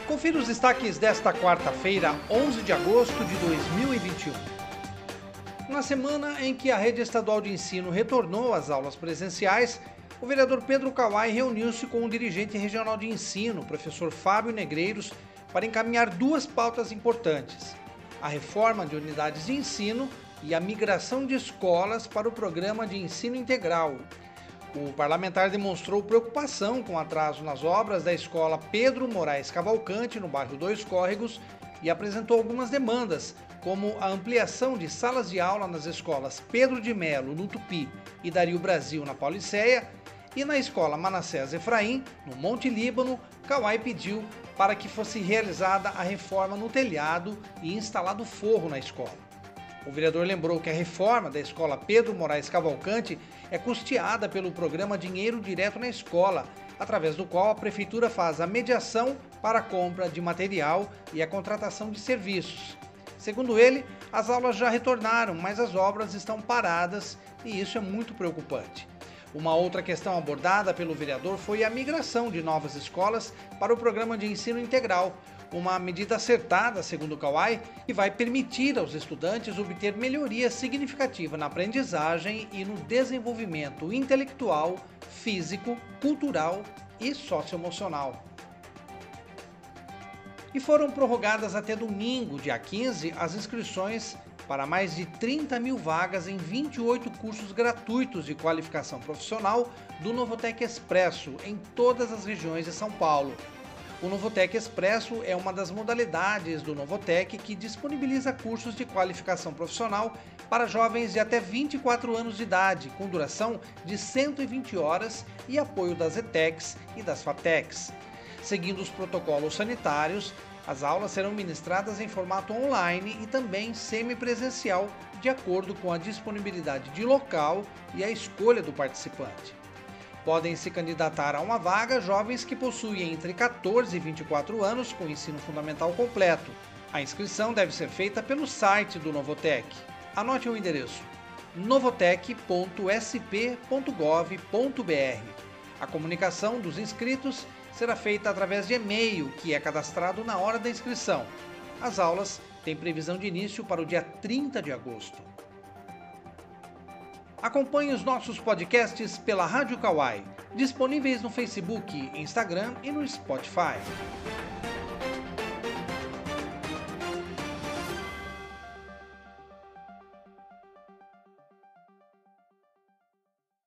Confira os destaques desta quarta-feira, 11 de agosto de 2021. Na semana em que a rede estadual de ensino retornou às aulas presenciais, o vereador Pedro Kawai reuniu-se com o dirigente regional de ensino, o professor Fábio Negreiros, para encaminhar duas pautas importantes: a reforma de unidades de ensino e a migração de escolas para o programa de ensino integral. O parlamentar demonstrou preocupação com o atraso nas obras da escola Pedro Moraes Cavalcante, no bairro Dois Córregos, e apresentou algumas demandas, como a ampliação de salas de aula nas escolas Pedro de Melo, no Tupi, e Dario Brasil, na Pauliceia, e na escola Manassés Efraim, no Monte Líbano. Kawai pediu para que fosse realizada a reforma no telhado e instalado forro na escola. O vereador lembrou que a reforma da escola Pedro Moraes Cavalcante é custeada pelo programa Dinheiro Direto na Escola, através do qual a prefeitura faz a mediação para a compra de material e a contratação de serviços. Segundo ele, as aulas já retornaram, mas as obras estão paradas e isso é muito preocupante. Uma outra questão abordada pelo vereador foi a migração de novas escolas para o programa de ensino integral, uma medida acertada, segundo Kawai, que vai permitir aos estudantes obter melhoria significativa na aprendizagem e no desenvolvimento intelectual, físico, cultural e socioemocional. E foram prorrogadas até domingo, dia 15, as inscrições para mais de 30 mil vagas em 28 cursos gratuitos de qualificação profissional do Novotec Expresso em todas as regiões de São Paulo. O Novotec Expresso é uma das modalidades do Novotec que disponibiliza cursos de qualificação profissional para jovens de até 24 anos de idade, com duração de 120 horas e apoio das ETECs e das FATECs. Seguindo os protocolos sanitários, as aulas serão ministradas em formato online e também semipresencial, de acordo com a disponibilidade de local e a escolha do participante. Podem se candidatar a uma vaga jovens que possuem entre 14 e 24 anos com ensino fundamental completo. A inscrição deve ser feita pelo site do Novotec. Anote o endereço: novotec.sp.gov.br. A comunicação dos inscritos será feita através de e-mail, que é cadastrado na hora da inscrição. As aulas têm previsão de início para o dia 30 de agosto. Acompanhe os nossos podcasts pela Rádio Kawai, disponíveis no Facebook, Instagram e no Spotify.